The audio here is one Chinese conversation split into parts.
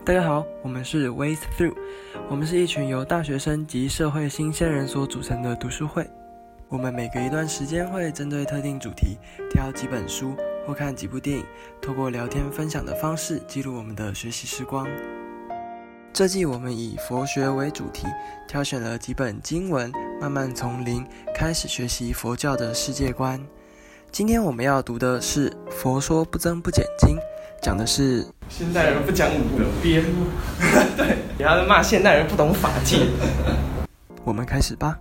大家好，我们是 Ways Through， 我们是一群由大学生及社会新鲜人所组成的读书会。我们每隔一段时间会针对特定主题挑几本书或看几部电影，透过聊天分享的方式记录我们的学习时光。这季我们以佛学为主题，挑选了几本经文，慢慢从零开始学习佛教的世界观。今天我们要读的是《佛说不增不减经》，讲的是现代人不讲武德编，对，他在骂现代人不懂法界。 我们开始吧。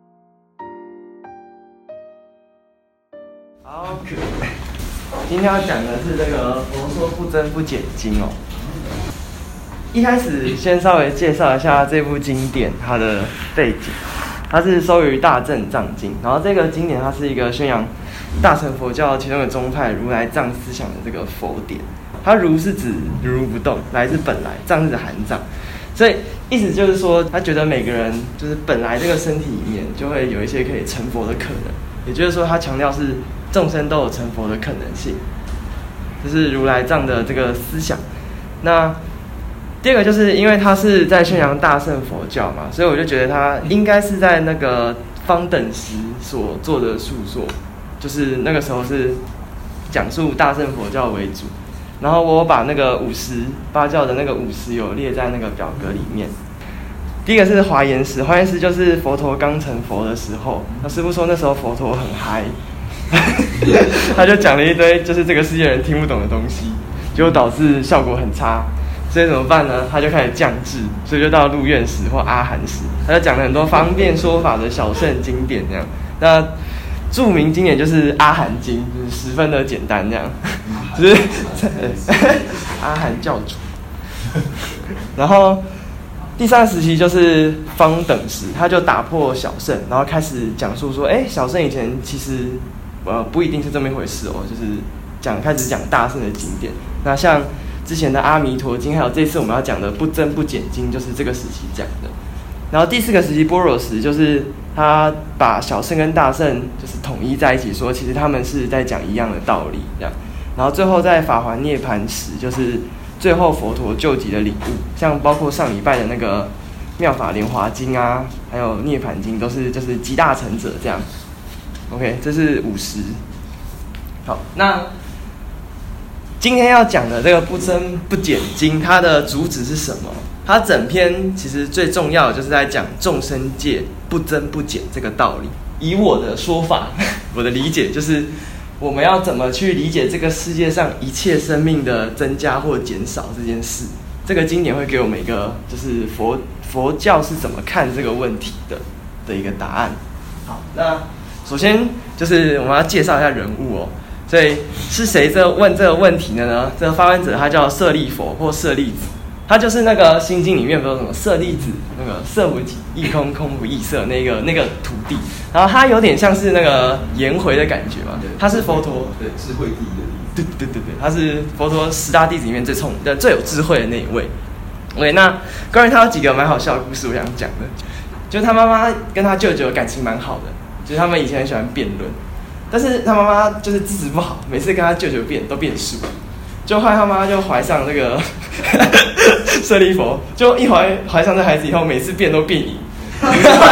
好，今天要讲的是这个《佛说不增不减经》哦。一开始先稍微介绍一下这部经典它的背景，它是收于《大正藏经》，然后这个经典它是一个宣扬大乘佛教其中的宗派如来藏思想的这个佛典。它如是指如如不动，来自本来，藏是指含藏，所以意思就是说，他觉得每个人就是本来这个身体里面就会有一些可以成佛的可能，也就是说，他强调是众生都有成佛的可能性，这是如来藏的这个思想。那第二个就是因为他是在宣扬大乘佛教嘛，所以我就觉得他应该是在那个方等时所做的著作，就是那个时候是讲述大乘佛教为主。然后我把那个58教的那个50有列在那个表格里面。第一个是华严时，华严时就是佛陀刚成佛的时候，那师父说那时候佛陀很嗨，他就讲了一堆就是这个世界人听不懂的东西，结果导致效果很差。所以怎么办呢？他就开始降智，所以就到鹿苑时或阿含时，他就讲了很多方便说法的小乘经典这样。那著名经典就是《阿含经》，就是十分的简单这样，就是阿含教主。然后第三个时期就是方等时，他就打破小乘，然后开始讲述说，小乘以前其实不一定是这么一回事哦，就是开始讲大乘的经典。那像之前的《阿弥陀经》，还有这次我们要讲的《不增不减经》，就是这个时期讲的。然后第四个时期般若时，就是他把小乘跟大乘就是统一在一起，说其实他们是在讲一样的道理这样。然后最后在法华涅槃时，就是最后佛陀究极的领悟，像包括上礼拜的那个妙法莲华经啊，还有涅槃经，都是就是集大成者这样。OK， 这是50。好，那今天要讲的这个不增不减经，它的主旨是什么？它整篇其实最重要的就是在讲众生界不增不减这个道理。以我的说法，我的理解就是我们要怎么去理解这个世界上一切生命的增加或减少这件事。这个经典会给我们一个就是佛教是怎么看这个问题的一个答案。好，那首先就是我们要介绍一下人物哦。所以是谁问这个问题的呢？这个发问者他叫舍利佛或舍利子，他就是那个心经里面不是有什么舍利子，那个色不异亦空，空不异色那个土地，然后他有点像是那个颜回的感觉嘛，他是佛陀对智慧第一的弟子， 对，他是佛陀10大弟子里面最有智慧的那一位。OK， 那关于他有几个蛮好笑的故事，我想讲的，就是他妈妈跟他舅舅感情蛮好的，就是他们以前很喜欢辩论。但是他妈妈就是资质不好，每次跟他舅舅辩都辩输，就后来他妈妈就怀上那个舍利佛，就一怀上这孩子以后，每次辩都辩赢，他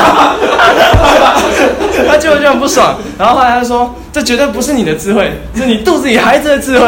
舅舅就很不爽，然后后来他说：“这绝对不是你的智慧，是你肚子里孩子的智慧。”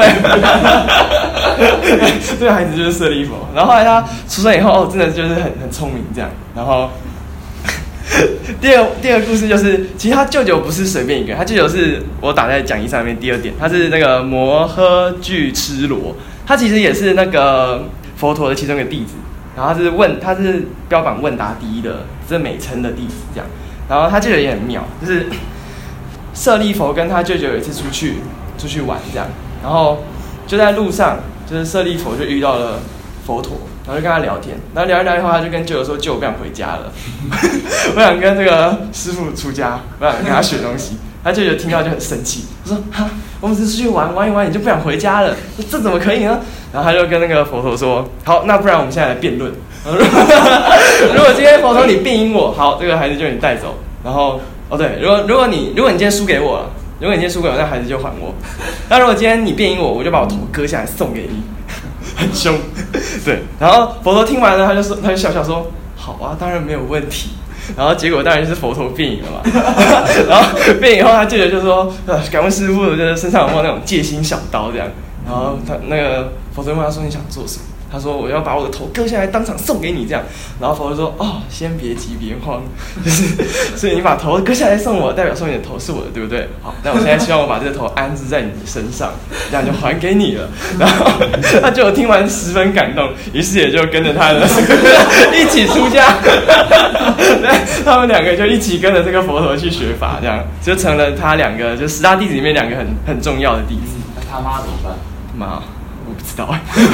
这个孩子就是舍利佛。然后后来他出生以后，真的就是很聪明这样，然后。第二个故事就是，其实他舅舅不是随便一个人，他舅舅是我打在讲义上面第2点，他是那个摩诃俱絺罗，他其实也是那个佛陀的其中一个弟子，然后他是标榜问答第一的这美称的弟子这样，然后他舅舅也很妙，就是舍利佛跟他舅舅有一次出去玩这样，然后就在路上，就是舍利佛就遇到了佛陀。然后就跟他聊天，然后聊一聊以后，他就跟舅舅说：“舅，我不想回家了，我想跟这个师父出家，我想跟他学东西。”他舅舅听到就很生气，他说：“哈，我们只是出去玩一玩，你就不想回家了？这怎么可以呢？”然后他就跟那个佛陀说：“好，那不然我们现在来辩论。如果今天佛陀你辩赢我，好，这个孩子就你带走。然后对，如果你今天输给我了，那孩子就还我。那如果今天你辩赢我，我就把我头割下来送给你。” 很凶。对，然后佛陀听完了，他就笑笑说：“好啊，当然没有问题。”然后结果当然就是佛陀变影了嘛。然后变影以后，他接着就说：“敢问师父，就是身上有没有那种戒心小刀这样？”然后他那个佛陀问他说：“你想做什么？”他说：“我要把我的头割下来，当场送给你这样。”然后佛陀说：“哦，先别急，别慌，所以你把头割下来送我，代表说你的头是我的，对不对？好，那我现在希望我把这个头安置在你的身上，这样就还给你了。”然后他就听完十分感动，于是也就跟着他的一起出家。他们两个就一起跟着这个佛陀去学法，这样就成了他两个就10大弟子里面两个很重要的弟子。 那他妈怎么办？ 妈。我不知道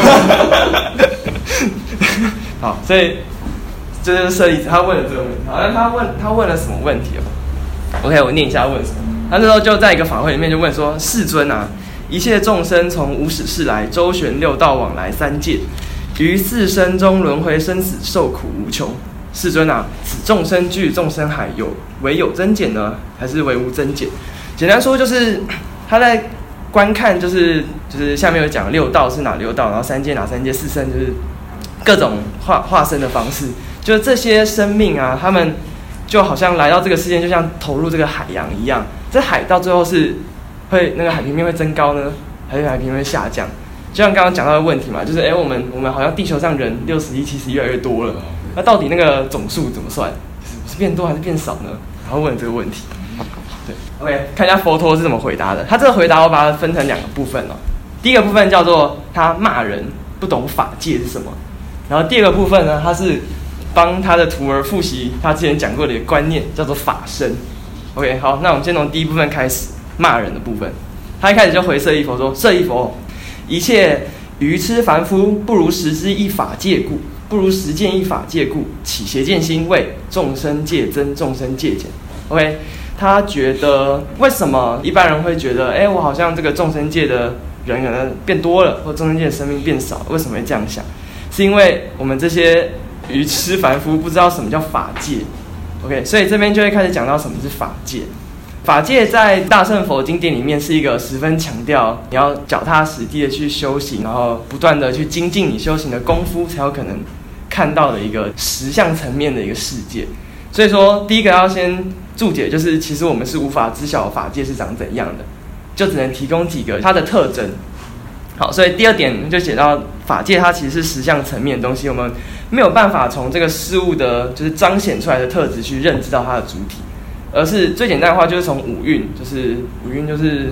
好，所以这就是舍利子，他问了这个问题。好，那他问了什么问题？OK， 我念一下问什么。他那时候就在一个法会里面就问说：“世尊啊，一切众生从无始世来，周旋六道往来三界，于四生中轮回生死，受苦无穷。世尊啊，此众生具众生海，唯有增减呢，还是唯无增减？”简单说就是他在观看，就是下面有讲六道是哪六道，然后三界哪三界，四生就是各种化身的方式，就是这些生命啊，他们就好像来到这个世界，就像投入这个海洋一样。这海到最后是会那个海平面会增高呢，还是海平面会下降？就像刚刚讲到的问题嘛，就是我们好像地球上人61、70越来越多了，那到底那个总数怎么算？是变多还是变少呢？然后问这个问题。对 ，OK， 看一下佛陀是怎么回答的。他这个回答我把它分成2个部分哦。第一个部分叫做他骂人不懂法界是什么，然后第二个部分呢，他是帮他的徒儿复习他之前讲过的一个观念，叫做法身。OK， 好，那我们先从第一部分开始，骂人的部分。他一开始就回舍利佛说：“舍利佛，一切愚痴凡夫，不如实知一法界故，不如实践一法界故，起邪见心，为众生界增，众生界减。” OK。他觉得为什么一般人会觉得，我好像这个众生界的人可能变多了，或众生界的生命变少，为什么会这样想？是因为我们这些愚痴凡夫不知道什么叫法界。OK， 所以这边就会开始讲到什么是法界。法界在大乘佛经典里面是一个十分强调你要脚踏实地的去修行，然后不断的去精进你修行的功夫，才有可能看到的一个实相层面的一个世界。所以说，第一个要先注解，就是其实我们是无法知晓法界是长怎样的，就只能提供几个它的特征。好，所以第二点就写到法界它其实是实相层面的东西，我们没有办法从这个事物的就是彰显出来的特质去认知到它的主体，而是最简单的话就是从五蕴，就是五蕴就是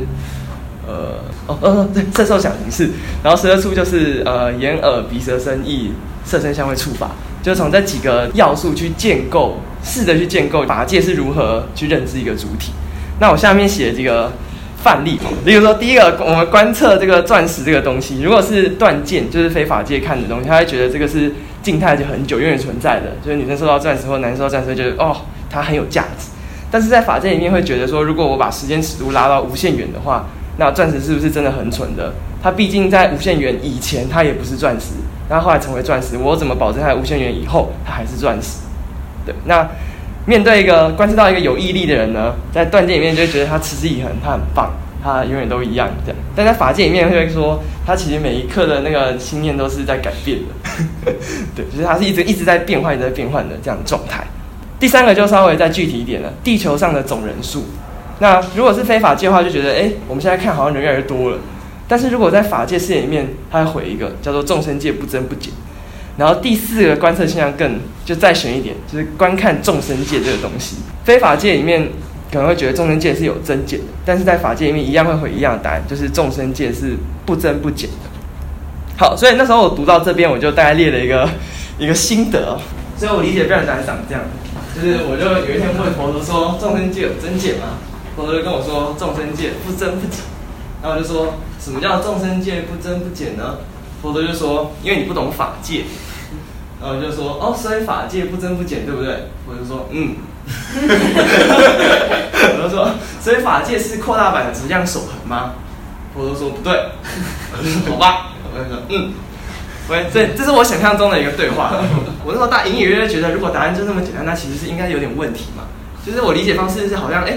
对，色受想行识，然后12处就是眼耳鼻舌身意色身香味触法，就是从这几个要素去建构，试着去建构法界是如何去认知一个主体。那我下面写这个范例，例如说第一个，我们观测这个钻石这个东西，如果是断见，就是非法界看的东西，他会觉得这个是静态就很久永远存在的，就是女生收到钻石或男生收到钻石会觉得它很有价值。但是在法界里面会觉得说，如果我把时间尺度拉到无限远的话，那钻石是不是真的很纯的？它毕竟在无限远以前它也不是钻石，那后来成为钻石，我怎么保证它在无限远以后它还是钻石？对，那面对一个观测到一个有毅力的人呢，在断见里面就会觉得他持之以恒，他很棒，他永远都一样这样。但在法界里面会说，他其实每一刻的那个心念都是在改变的，对，就是他是一直在变换，一直在变换的这样的状态。第三个就稍微再具体一点了，地球上的总人数。那如果是非法界的话，就觉得我们现在看好像人越来越多了。但是如果在法界视野里面，他会回一个叫做众生界不增不减。然后第四个观测现象就再选一点，就是观看众生界这个东西。非法界里面可能会觉得众生界是有增减的，但是在法界里面一样会回一样的答案，就是众生界是不增不减的。好，所以那时候我读到这边，我就大概列了一个心得所以我理解标准答案长这样，就是我就有一天问佛陀说，众生界有增减吗？佛陀就跟我说，众生界不增不减。然后我就说，什么叫众生界不增不减呢？佛陀就说，因为你不懂法界。然后我就说，所以法界不增不减，对不对？我就说，我就说，所以法界是扩大版的质量守恒吗？佛陀说不对。我就说好吧，我就说所以这是我想象中的一个对话。我那时候隐隐约约觉得，如果答案就那么简单，那其实是应该有点问题嘛。就是我理解方式是好像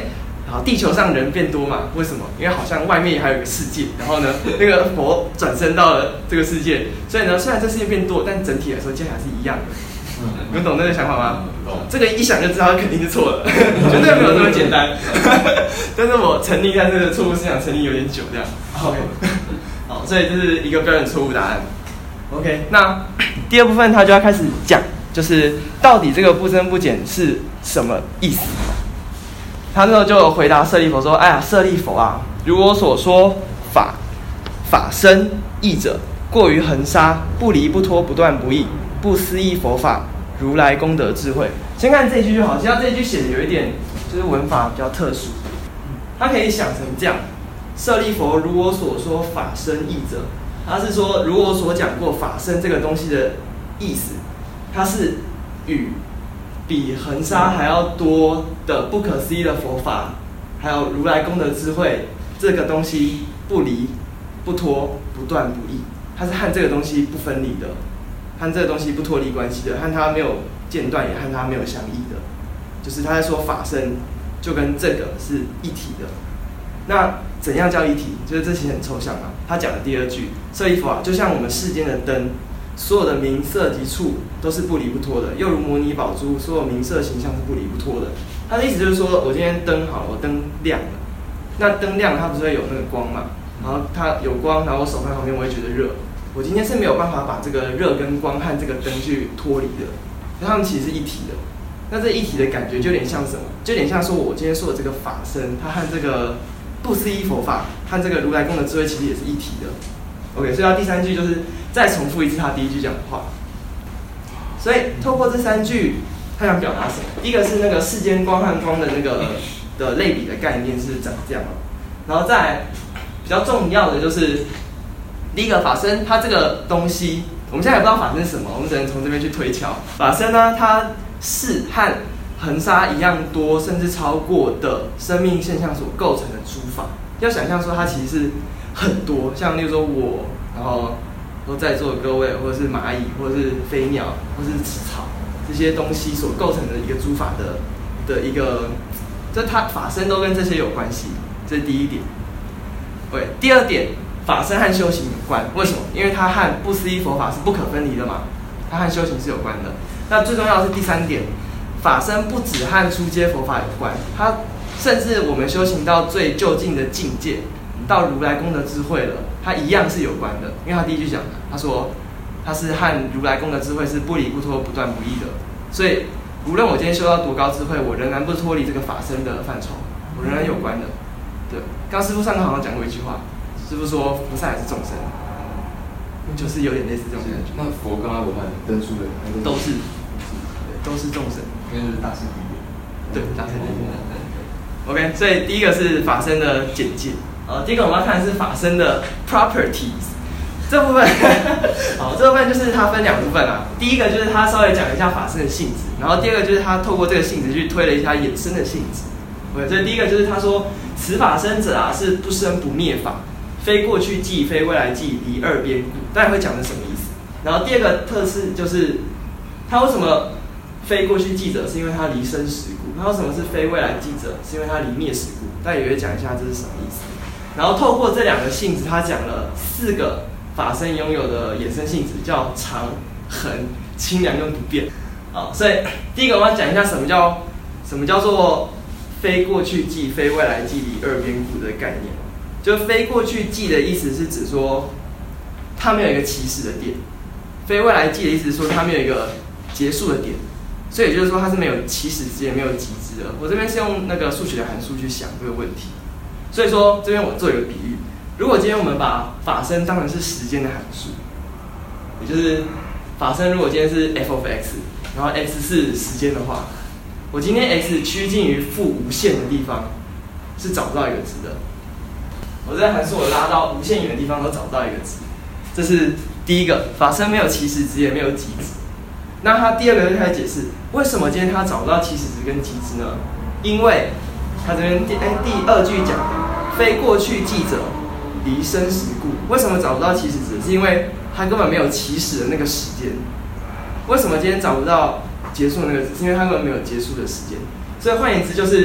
好，地球上人变多嘛？为什么？因为好像外面还有一个世界，然后呢，那个佛转身到了这个世界，所以呢，虽然这世界变多，但整体来说，接下来是一样的。你们懂那个想法吗？这个一想就知道肯定是错了，绝对没有这么简单。但是我沉溺在这个错误思想沉溺有点久，这样。OK， 好，所以这是一个标准错误答案。OK， 那第二部分他就要开始讲，就是到底这个不增不减是什么意思？他那时候就回答舍利弗说：“哎呀，舍利弗啊，如我所说，法身义者，过于恒沙，不离不脱，不断不异，不思议佛法，如来功德智慧。”先看这一句就好，像这一句写的有一点就是文法比较特殊，它可以想成这样：舍利弗，如我所说，法身义者，他是说如我所讲过法身这个东西的意思，它是与比恒沙还要多的不可思议的佛法，还有如来功德智慧这个东西不离不脱不断不异，它是和这个东西不分离的，和这个东西不脱离关系的，和它没有间断，也和它没有相异的，就是他在说法身就跟这个是一体的。那怎样叫一体？就是这些很抽象啊。他讲的第二句，舍利弗啊，就像我们世间的灯，所有的名色及处都是不离不脱的，又如摩尼宝珠，所有名色形象是不离不脱的。他的意思就是说，我今天灯好了，我灯亮了，那灯亮它不是会有那个光嘛？然后它有光，然后我手放旁边，我会觉得热。我今天是没有办法把这个热跟光和这个灯去脱离的，所以它们其实是一体的。那这一体的感觉就有点像什么？就有点像说我今天说的这个法身，它和这个不思议佛法和这个如来功德智慧其实也是一体的。OK， 所以他第三句就是再重复一次他第一句讲的话。所以透过这三句，他想表达什么？第一个是那个世间光和光的那个的类比的概念是长这样，然后再来比较重要的就是第一个法身，它这个东西我们现在也不知道法身是什么，我们只能从这边去推敲。法身呢，它是和恒沙一样多，甚至超过的生命现象所构成的诸法。要想象说它其实是很多，像例如说我，然后在座的各位，或者是蚂蚁，或者是飞鸟，或者是草，这些东西所构成的一个诸法的一个，这它法身都跟这些有关系，这是第一点。对，第二点，法身和修行有关，为什么？因为它和不思议佛法是不可分离的嘛，它和修行是有关的。那最重要的是第三点，法身不只和初阶佛法有关，它甚至我们修行到最究竟的境界，到如来功德智慧了，它一样是有关的。因为他第一句讲的，他说它是和如来功德智慧是不离不脱、不断不异的。所以无论我今天修到多高智慧，我仍然不脱离这个法身的范畴，我仍然有关的。对，刚师父上课好像讲过一句话，师父说菩萨也是众生，就是有点类似这种感觉。 那佛刚刚我看灯书的都是，都是众生， 因为是大圣地狱。 对，大圣地狱。OK， 所以第一个是法身的简介。第一个我们要看的是法身的 properties 这部分。好，这部分就是它分两部分啊。第一个就是它稍微讲一下法身的性质，然后第二个就是它透过这个性质去推了一下衍生的性质。OK， 所以第一个就是他说，此法身者啊，是不生不灭法，非过去际，非未来际，离二边故。大家会讲的什么意思？然后第二个特质就是它为什么非过去际者，是因为它离生死故；它为什么是非未来际者，是因为它离灭死故。大家也会讲一下这是什么意思。然后透过这两个性质，他讲了4个法身拥有的衍生性质，叫常、恒、清凉跟不变。好，所以第一个我要讲一下什么叫做非过去际、非未来际、离二边故的概念。就非过去际的意思是指说，它没有一个起始的点；非未来际的意思是说，它没有一个结束的点。所以也就是说，它是没有起始值也没有极值的。我这边是用那个数学的函数去想这个问题。所以说，这边我做一个比喻：如果今天我们把法身当成是时间的函数，也就是法身如果今天是 f of x， 然后 x 是时间的话，我今天 x 趋近于负无限的地方，是找不到一个值的。我这个函数我拉到无限远的地方都找不到一个值，这是第一个，法身没有起始值也没有极值。那他第二个就开始解释，为什么今天他找不到起始值跟极值呢？因为他这边第二句讲的，非过去际者，离生死故。为什么找不到起始值？是因为他根本没有起始的那个时间。为什么今天找不到结束的那个值？是因为他根本没有结束的时间。所以换言之，就是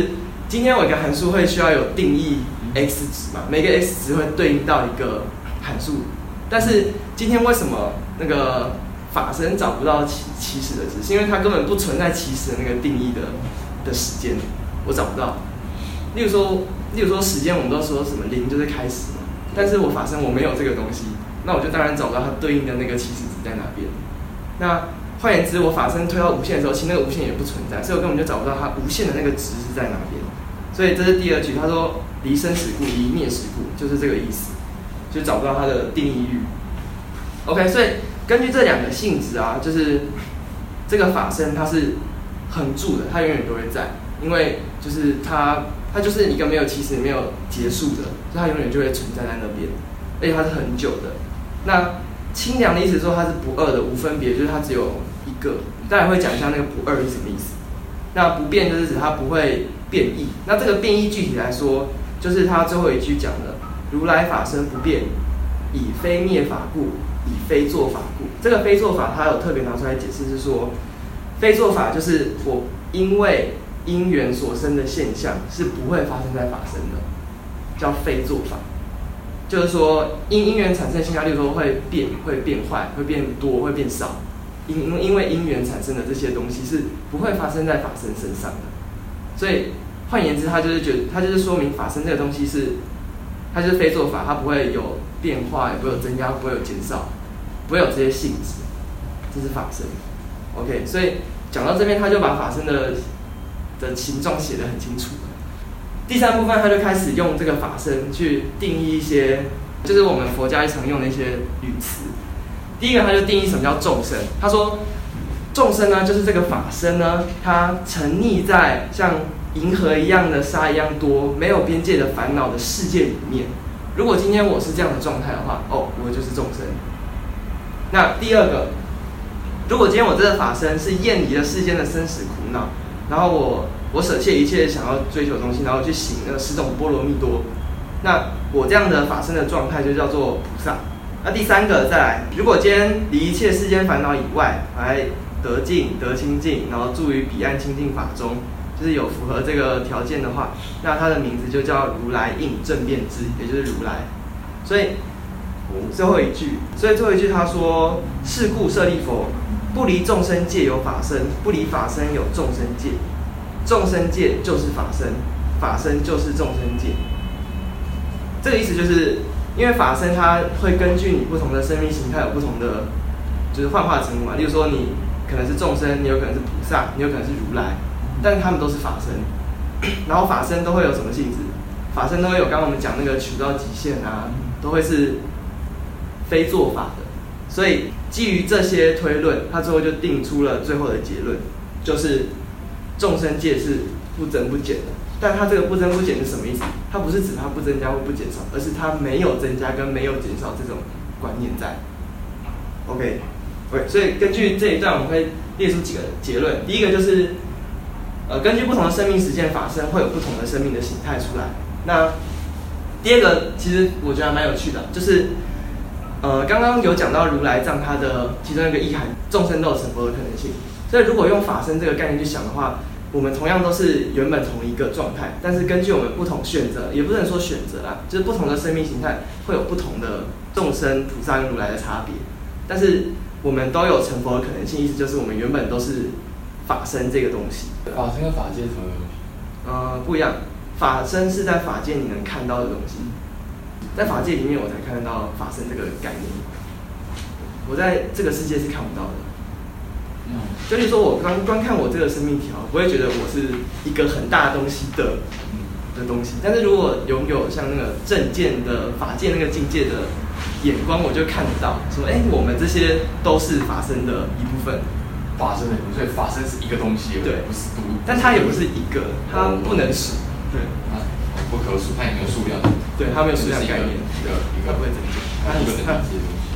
今天我一个函数会需要有定义 x 值嘛，每个 x 值会对应到一个函数，但是今天为什么那个法身找不到起始的值？是因为它根本不存在起始的那个定义的时间，我找不到。例如说时间，我们都说什么0就是开始嘛，但是我法身我没有这个东西，那我就当然找不到它对应的那个起始值在哪边。那换言之，我法身推到无限的时候，其实那个无限也不存在，所以我根本就找不到它无限的那个值是在哪边。所以这是第二句，他说离生死故，离灭时故，就是这个意思，就找不到它的定义域。OK， 所以根据这两个性质啊，就是这个法身它是恒住的，它永远都会在，因为就是它就是一个没有起始、没有结束的，所以它永远就会存在在那边，而且它是很久的。那清凉的意思说它是不二的、无分别，就是它只有一个。待会会讲一下那个不二是什么意思。那不变就是指它不会变异。那这个变异具体来说，就是它最后一句讲的“如来法身不变，以非灭法故，以非作法故”。这个非作法，它有特别拿出来解释，是说非作法就是我因为因缘所生的现象是不会发生在法身的，叫非作法。就是说，因缘产生的现象，例如说会变坏、会变多、会变少，因为因缘产生的这些东西是不会发生在法身身上的。所以换言之，它就是说明法身这个东西它就是非作法，它不会有变化，也不会有增加，不会有减少，不会有这些性质，这是法身。OK， 所以讲到这边，他就把法身的形状写得很清楚。第三部分，他就开始用这个法身去定义一些，就是我们佛家常用的一些语词。第一个，他就定义什么叫众生。他说，众生呢，就是这个法身呢，它沉溺在像银河一样的沙一样多、没有边界的烦恼的世界里面。如果今天我是这样的状态的话，我就是众生。那第二个，如果今天我这个法身是厌离了世间的生死苦恼，然后我舍弃一切想要追求的东西，然后去行那10种波罗蜜多，那我这样的法身的状态就叫做菩萨。那第三个再来，如果今天离一切世间烦恼以外，来得净得清净，然后住于彼岸清净法中，就是有符合这个条件的话，那它的名字就叫如来应正遍知，也就是如来。所以最后一句他说：是故舍利弗，不离众生界有法身，不离法身有众生界。众生界就是法身，法身就是众生界。这个意思就是，因为法身它会根据你不同的生命形态有不同的，就是幻化成嘛。例如说，你可能是众生，你有可能是菩萨，你有可能是如来，但他们都是法身。然后法身都会有什么性质？法身都会有刚刚我们讲那个取到极限啊，都会是非作法的。所以基于这些推论，他最后就定出了最后的结论，就是众生界是不增不减的。但它这个不增不减是什么意思？它不是指它不增加或不减少，而是它没有增加跟没有减少这种观念在。OK， 所以根据这一段，我们会列出几个结论。第一个就是，根据不同的生命实践法身，会有不同的生命的形态出来。那第二个，其实我觉得还蛮有趣的，就是刚刚有讲到如来藏它的其中一个意涵，众生都有成佛的可能性。所以如果用法身这个概念去想的话，我们同样都是原本同一个状态，但是根据我们不同选择，也不能说选择啦，就是不同的生命形态会有不同的众生、菩萨跟如来的差别。但是我们都有成佛的可能性，意思就是我们原本都是法身这个东西。 法身跟法界是什么东西？ 不一样。法身是在法界你能看到的东西，在法界里面我才看得到法身这个概念。我在这个世界是看不到的。就例如说，我观看我这个生命体，不会觉得我是一个很大的东西的东西。但是如果拥有像那个正见的法界那个境界的眼光，我就看得到，说，我们这些都是法身的一部分。 法身的一部分，所以法身是一个东西， 对， 不是独， 但它也不是一个，它不能数，对， 它不可数，它也没有数量， 对，它没有数量概念，它不会增加， 它一个能理解的东西。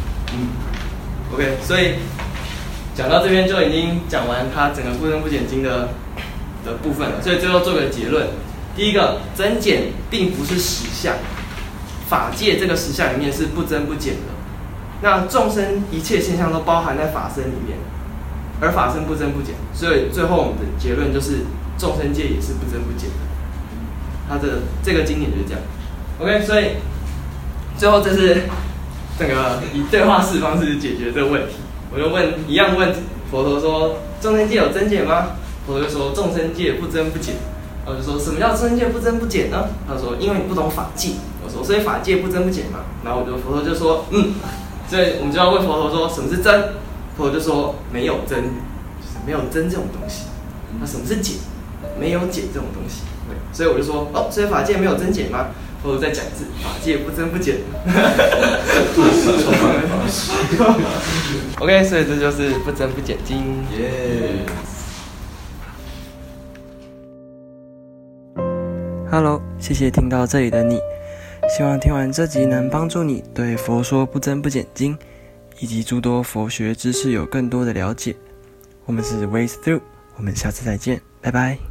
OK， 所以讲到这边就已经讲完它整个不增不减经的部分了，所以最后做个结论。第一个，增减并不是实相，法界这个实相里面是不增不减的。那众生一切现象都包含在法身里面，而法身不增不减，所以最后我们的结论就是众生界也是不增不减的。 它的这个经典就是这样。OK， 所以最后这是这个以对话式方式解决这个问题。我就一样问佛陀说：众生界有增减吗？佛陀就说：众生界不增不减。我就说什么叫众生界不增不减呢？他说：因为你不懂法界。我说：所以法界不增不减嘛。然后佛陀就说：所以我们就要问佛陀说什么是增？佛陀就说没有增，就是没有增这种东西。那什么是减？没有减这种东西。对，所以我就说所以法界没有增减吗？佛陀再讲一次，法界不增不减。OK， 所以这就是不增不减经。 耶。 Hello， 谢谢听到这里的你，希望听完这集能帮助你对《佛说不增不减经》以及诸多佛学知识有更多的了解。我们是 Ways Through， 我们下次再见，拜拜。